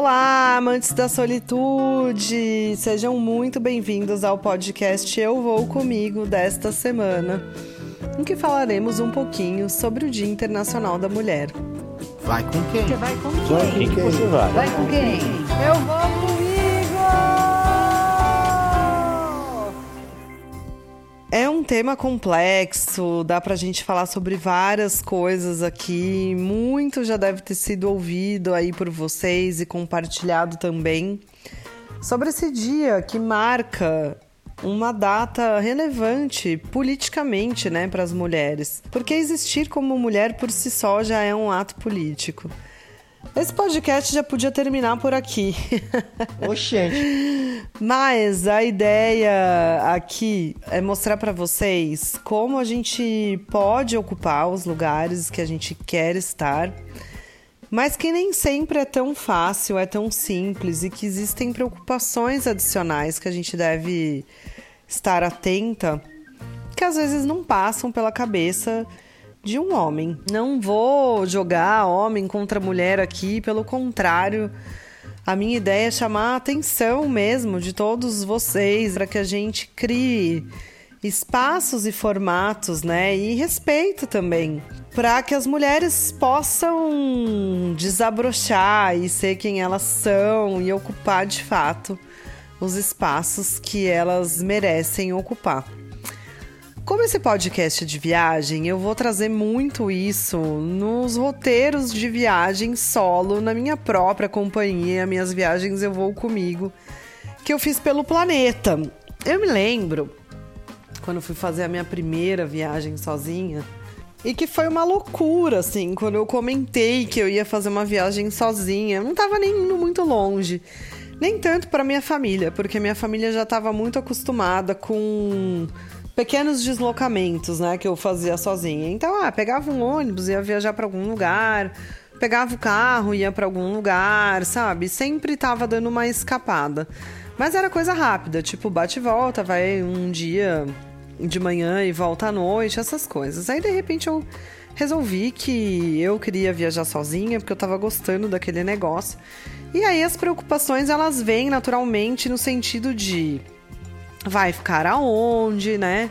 Olá, amantes da solitude! Sejam muito bem-vindos ao podcast Eu Vou Comigo desta semana, em que falaremos um pouquinho sobre o Dia Internacional da Mulher. Vai com quem? Você vai com quem? Vai com quem que você vai? Vai com quem? Eu vou comigo! É um tema complexo, dá pra gente falar sobre várias coisas aqui. Muito já deve ter sido ouvido aí por vocês e compartilhado também sobre esse dia que marca uma data relevante politicamente, né, para as mulheres. Porque existir como mulher por si só já é um ato político. Esse podcast já podia terminar por aqui. Oxente. Mas a ideia aqui é mostrar para vocês como a gente pode ocupar os lugares que a gente quer estar, mas que nem sempre é tão fácil, é tão simples e que existem preocupações adicionais que a gente deve estar atenta, que às vezes não passam pela cabeça de um homem. Não vou jogar homem contra mulher aqui, pelo contrário, a minha ideia é chamar a atenção mesmo de todos vocês para que a gente crie espaços e formatos, né? E respeito também, para que as mulheres possam desabrochar e ser quem elas são e ocupar de fato os espaços que elas merecem ocupar. Como esse podcast é de viagem, eu vou trazer muito isso nos roteiros de viagem solo, na minha própria companhia, minhas viagens Eu Vou Comigo, que eu fiz pelo planeta. Eu me lembro, quando fui fazer a minha primeira viagem sozinha, e que foi uma loucura, assim, quando eu comentei que eu ia fazer uma viagem sozinha. Eu não estava nem indo muito longe, nem tanto para minha família, porque minha família já estava muito acostumada com pequenos deslocamentos, né, que eu fazia sozinha. Então, pegava um ônibus, ia viajar para algum lugar, pegava o carro, ia para algum lugar, sabe? Sempre tava dando uma escapada. Mas era coisa rápida, tipo bate e volta, vai um dia de manhã e volta à noite, essas coisas. Aí, de repente, eu resolvi que eu queria viajar sozinha, porque eu tava gostando daquele negócio. E aí, as preocupações, elas vêm naturalmente no sentido de: vai ficar aonde, né?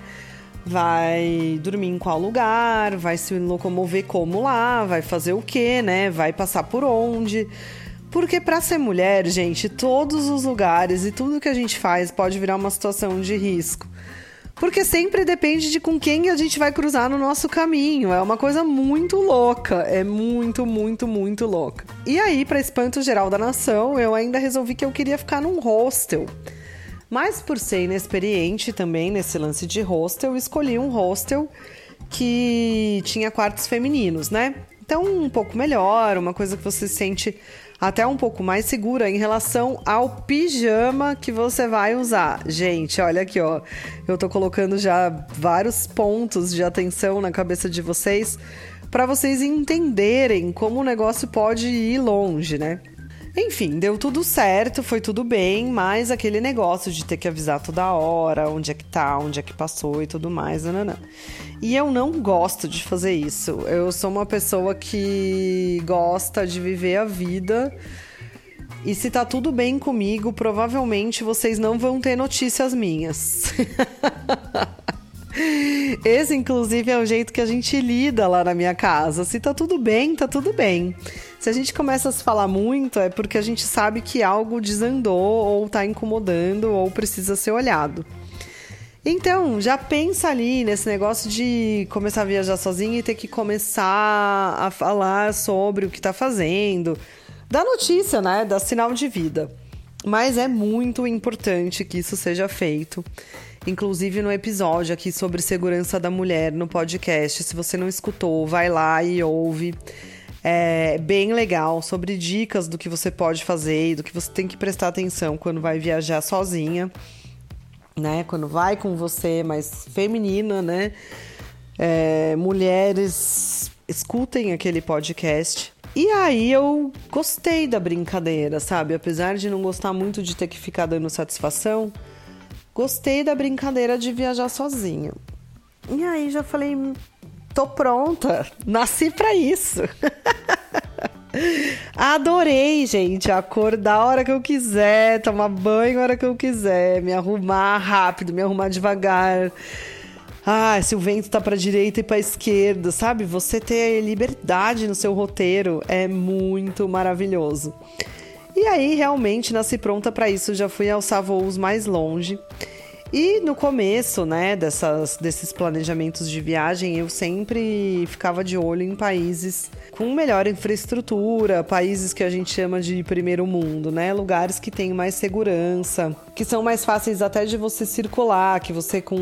Vai dormir em qual lugar? Vai se locomover como lá? Vai fazer o quê, né? Vai passar por onde? Porque para ser mulher, gente, todos os lugares e tudo que a gente faz pode virar uma situação de risco. Porque sempre depende de com quem a gente vai cruzar no nosso caminho. É uma coisa muito louca. É muito, muito, muito louca. E aí, para espanto geral da nação, eu ainda resolvi que eu queria ficar num hostel. Mas por ser inexperiente também nesse lance de hostel, eu escolhi um hostel que tinha quartos femininos, né? Então, um pouco melhor, uma coisa que você se sente até um pouco mais segura em relação ao pijama que você vai usar. Gente, olha aqui, ó. Eu tô colocando já vários pontos de atenção na cabeça de vocês para vocês entenderem como o negócio pode ir longe, né? Enfim, deu tudo certo, foi tudo bem, mas aquele negócio de ter que avisar toda hora, onde é que tá, onde é que passou e tudo mais, nananã. E eu não gosto de fazer isso. Eu sou uma pessoa que gosta de viver a vida, e se tá tudo bem comigo, provavelmente vocês não vão ter notícias minhas. Esse, inclusive, é o jeito que a gente lida lá na minha casa. Se tá tudo bem, tá tudo bem. Se a gente começa a se falar muito, é porque a gente sabe que algo desandou, ou tá incomodando, ou precisa ser olhado. Então, já pensa ali nesse negócio de começar a viajar sozinha e ter que começar a falar sobre o que tá fazendo. Dá notícia, né? Dá sinal de vida. Mas é muito importante que isso seja feito. Inclusive no episódio aqui sobre segurança da mulher no podcast. Se você não escutou, vai lá e ouve. É bem legal, sobre dicas do que você pode fazer e do que você tem que prestar atenção quando vai viajar sozinha, né? Quando vai com você, mais feminina, né? Mulheres, escutem aquele podcast. E aí eu gostei da brincadeira, sabe? Apesar de não gostar muito de ter que ficar dando satisfação, gostei da brincadeira de viajar sozinha. E aí já falei, tô pronta, nasci pra isso. Adorei, gente, acordar a hora que eu quiser, tomar banho a hora que eu quiser, me arrumar rápido, me arrumar devagar. Ah, se o vento tá pra direita e pra esquerda, sabe? Você ter liberdade no seu roteiro é muito maravilhoso. E aí, realmente, nasci pronta pra isso, já fui alçar voos mais longe. E no começo, né, desses planejamentos de viagem, eu sempre ficava de olho em países com melhor infraestrutura, países que a gente chama de primeiro mundo, né? Lugares que têm mais segurança, que são mais fáceis até de você circular, que você com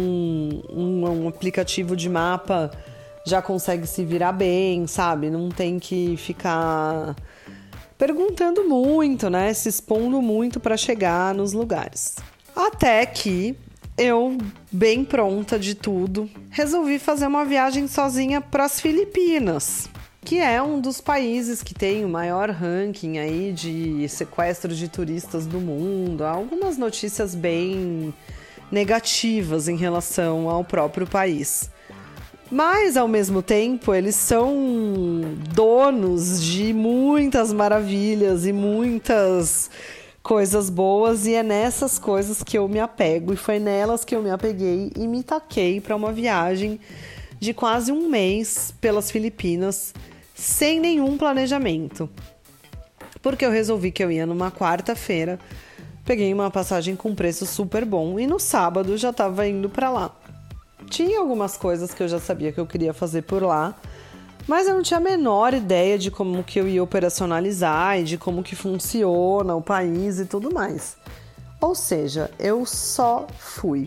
um aplicativo de mapa já consegue se virar bem, sabe? Não tem que ficar perguntando muito, né? Se expondo muito para chegar nos lugares. Até que eu, bem pronta de tudo, resolvi fazer uma viagem sozinha para as Filipinas, que é um dos países que tem o maior ranking aí de sequestro de turistas do mundo. Há algumas notícias bem negativas em relação ao próprio país. Mas, ao mesmo tempo, eles são donos de muitas maravilhas e muitas coisas boas, e é nessas coisas que eu me apego, e foi nelas que eu me apeguei e me taquei para uma viagem de quase um mês pelas Filipinas, sem nenhum planejamento. Porque eu resolvi que eu ia numa quarta-feira, peguei uma passagem com preço super bom e no sábado já estava indo para lá. Tinha algumas coisas que eu já sabia que eu queria fazer por lá, mas eu não tinha a menor ideia de como que eu ia operacionalizar e de como que funciona o país e tudo mais. Ou seja, eu só fui.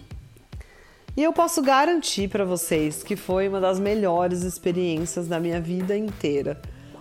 E eu posso garantir para vocês que foi uma das melhores experiências da minha vida inteira.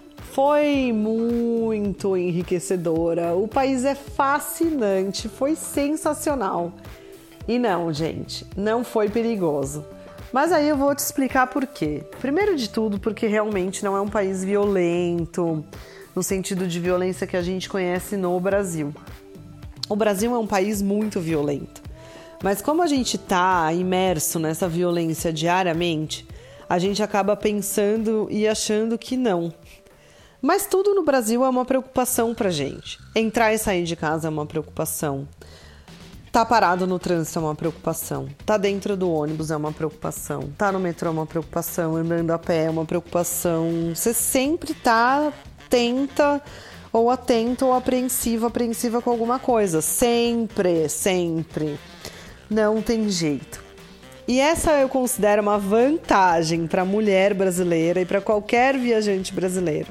Foi muito enriquecedora, o país é fascinante, foi sensacional. E não, gente, não foi perigoso. Mas aí eu vou te explicar por quê. Primeiro de tudo, porque realmente não é um país violento, no sentido de violência que a gente conhece no Brasil. O Brasil é um país muito violento. Mas como a gente está imerso nessa violência diariamente, a gente acaba pensando e achando que não. Mas tudo no Brasil é uma preocupação pra gente. Entrar e sair de casa é uma preocupação. Tá parado no trânsito é uma preocupação. Tá dentro do ônibus é uma preocupação. Tá no metrô é uma preocupação. Andando a pé é uma preocupação. Você sempre tá atenta ou atento ou apreensiva com alguma coisa. Sempre, sempre. Não tem jeito. E essa eu considero uma vantagem para a mulher brasileira e para qualquer viajante brasileiro.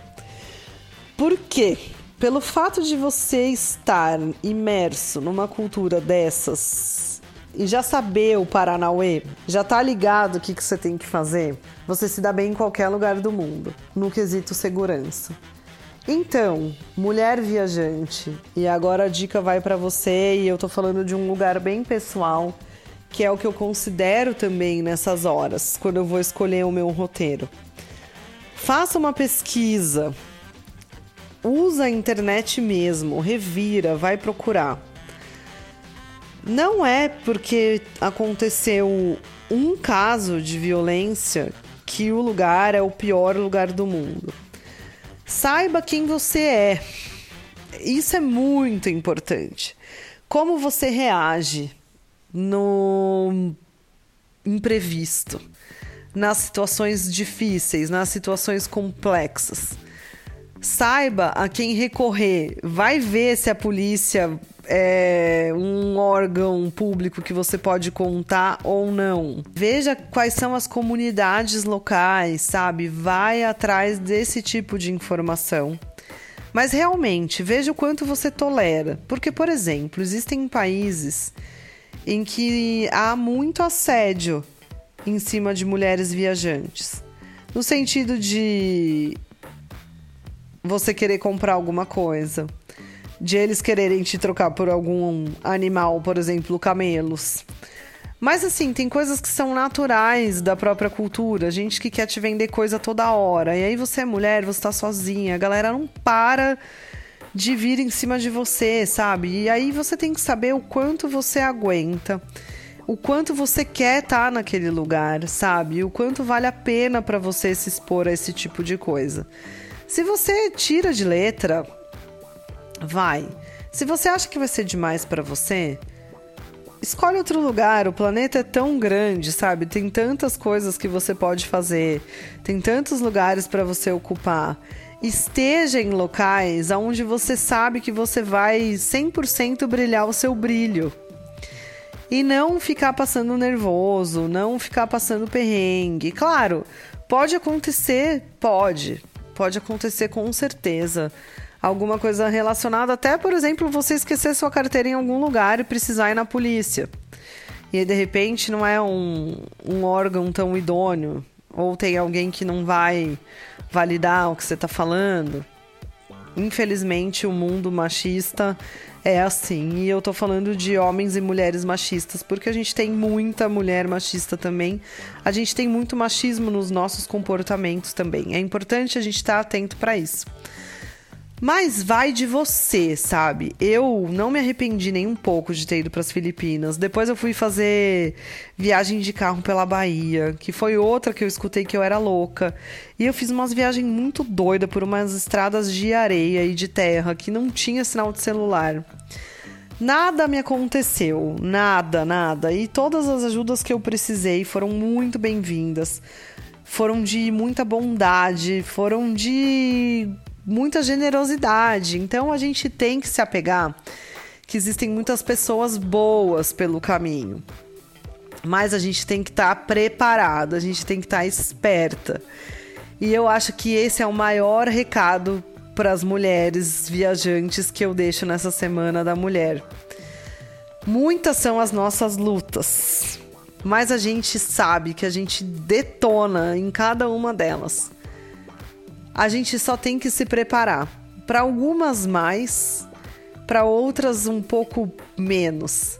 Por quê? Pelo fato de você estar imerso numa cultura dessas e já saber o Paranauê, já tá ligado o que você tem que fazer, você se dá bem em qualquer lugar do mundo, no quesito segurança. Então, mulher viajante, e agora a dica vai para você, e eu tô falando de um lugar bem pessoal, que é o que eu considero também nessas horas, quando eu vou escolher o meu roteiro. Faça uma pesquisa. Usa a internet mesmo, revira, vai procurar. Não é porque aconteceu um caso de violência que o lugar é o pior lugar do mundo. Saiba quem você é. Isso é muito importante. Como você reage no imprevisto, nas situações difíceis, nas situações complexas. Saiba a quem recorrer. Vai ver se a polícia é um órgão público que você pode contar ou não. Veja quais são as comunidades locais, sabe? Vai atrás desse tipo de informação. Mas realmente, veja o quanto você tolera. Porque, por exemplo, existem países em que há muito assédio em cima de mulheres viajantes. No sentido de você querer comprar alguma coisa, de eles quererem te trocar por algum animal, por exemplo, camelos. Mas assim, tem coisas que são naturais da própria cultura, gente que quer te vender coisa toda hora, e aí você é mulher, você tá sozinha, a galera não para de vir em cima de você, sabe? E aí você tem que saber o quanto você aguenta, o quanto você quer estar naquele lugar, sabe? O quanto vale a pena pra você se expor a esse tipo de coisa. Se você tira de letra, vai. Se você acha que vai ser demais pra você, escolhe outro lugar. O planeta é tão grande, sabe? Tem tantas coisas que você pode fazer. Tem tantos lugares pra você ocupar. Esteja em locais onde você sabe que você vai 100% brilhar o seu brilho. E não ficar passando nervoso, não ficar passando perrengue. Claro, pode acontecer, pode acontecer com certeza. Alguma coisa relacionada até, por exemplo, você esquecer sua carteira em algum lugar e precisar ir na polícia. E aí, de repente, não é um órgão tão idôneo. Ou tem alguém que não vai validar o que você está falando. Infelizmente, o mundo machista é assim. E eu tô falando de homens e mulheres machistas, porque a gente tem muita mulher machista também. A gente tem muito machismo nos nossos comportamentos também. É importante a gente estar atento para isso. Mas vai de você, sabe? Eu não me arrependi nem um pouco de ter ido para as Filipinas. Depois eu fui fazer viagem de carro pela Bahia, que foi outra que eu escutei que eu era louca. E eu fiz umas viagens muito doidas por umas estradas de areia e de terra que não tinha sinal de celular. Nada me aconteceu, nada. E todas as ajudas que eu precisei foram muito bem-vindas. Foram de muita bondade, foram de muita generosidade. Então a gente tem que se apegar que existem muitas pessoas boas pelo caminho, mas a gente tem que estar preparado, a gente tem que estar esperta. E eu acho que esse é o maior recado para as mulheres viajantes que eu deixo nessa Semana da Mulher. Muitas são as nossas lutas, mas a gente sabe que a gente detona em cada uma delas. A gente só tem que se preparar. Para algumas mais, para outras um pouco menos.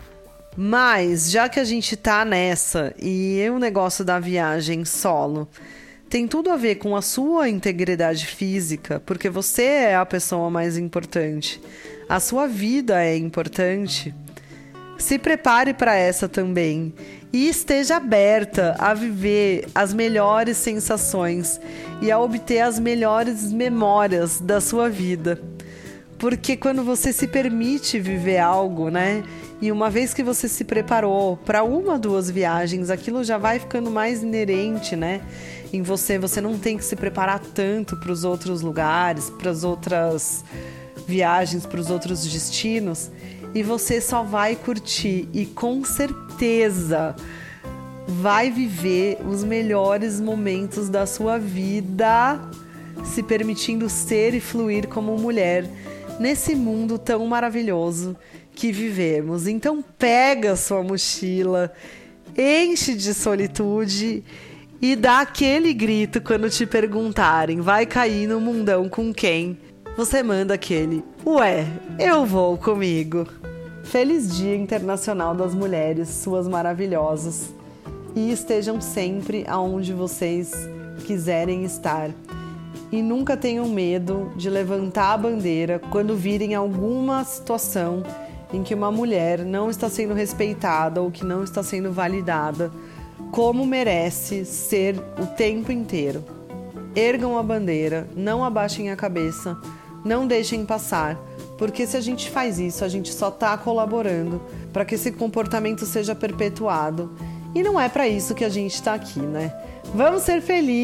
Mas, já que a gente tá nessa e o negócio da viagem solo tem tudo a ver com a sua integridade física, porque você é a pessoa mais importante. A sua vida é importante. Se prepare para essa também. E esteja aberta a viver as melhores sensações e a obter as melhores memórias da sua vida. Porque quando você se permite viver algo, né? E uma vez que você se preparou para 1, 2 viagens, aquilo já vai ficando mais inerente, né? Em você não tem que se preparar tanto para os outros lugares, para as outras viagens, para os outros destinos. E você só vai curtir e com certeza vai viver os melhores momentos da sua vida, se permitindo ser e fluir como mulher nesse mundo tão maravilhoso que vivemos. Então pega a sua mochila, enche de solitude e dá aquele grito quando te perguntarem: vai cair no mundão com quem? Você manda aquele: ué, eu vou comigo. Feliz Dia Internacional das Mulheres, suas maravilhosas. E estejam sempre aonde vocês quiserem estar. E nunca tenham medo de levantar a bandeira quando virem alguma situação em que uma mulher não está sendo respeitada ou que não está sendo validada como merece ser o tempo inteiro. Ergam a bandeira, não abaixem a cabeça, não deixem passar. Porque se a gente faz isso, a gente só está colaborando para que esse comportamento seja perpetuado. E não é para isso que a gente está aqui, né? Vamos ser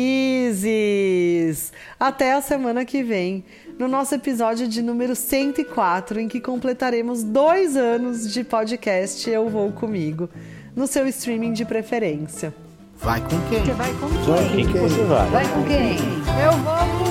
felizes! Até a semana que vem, no nosso episódio de número 104, em que completaremos 2 anos de podcast Eu Vou Comigo, no seu streaming de preferência. Vai com quem? Você vai com Vai com quem? quem você vai? Vai com quem? Eu vou com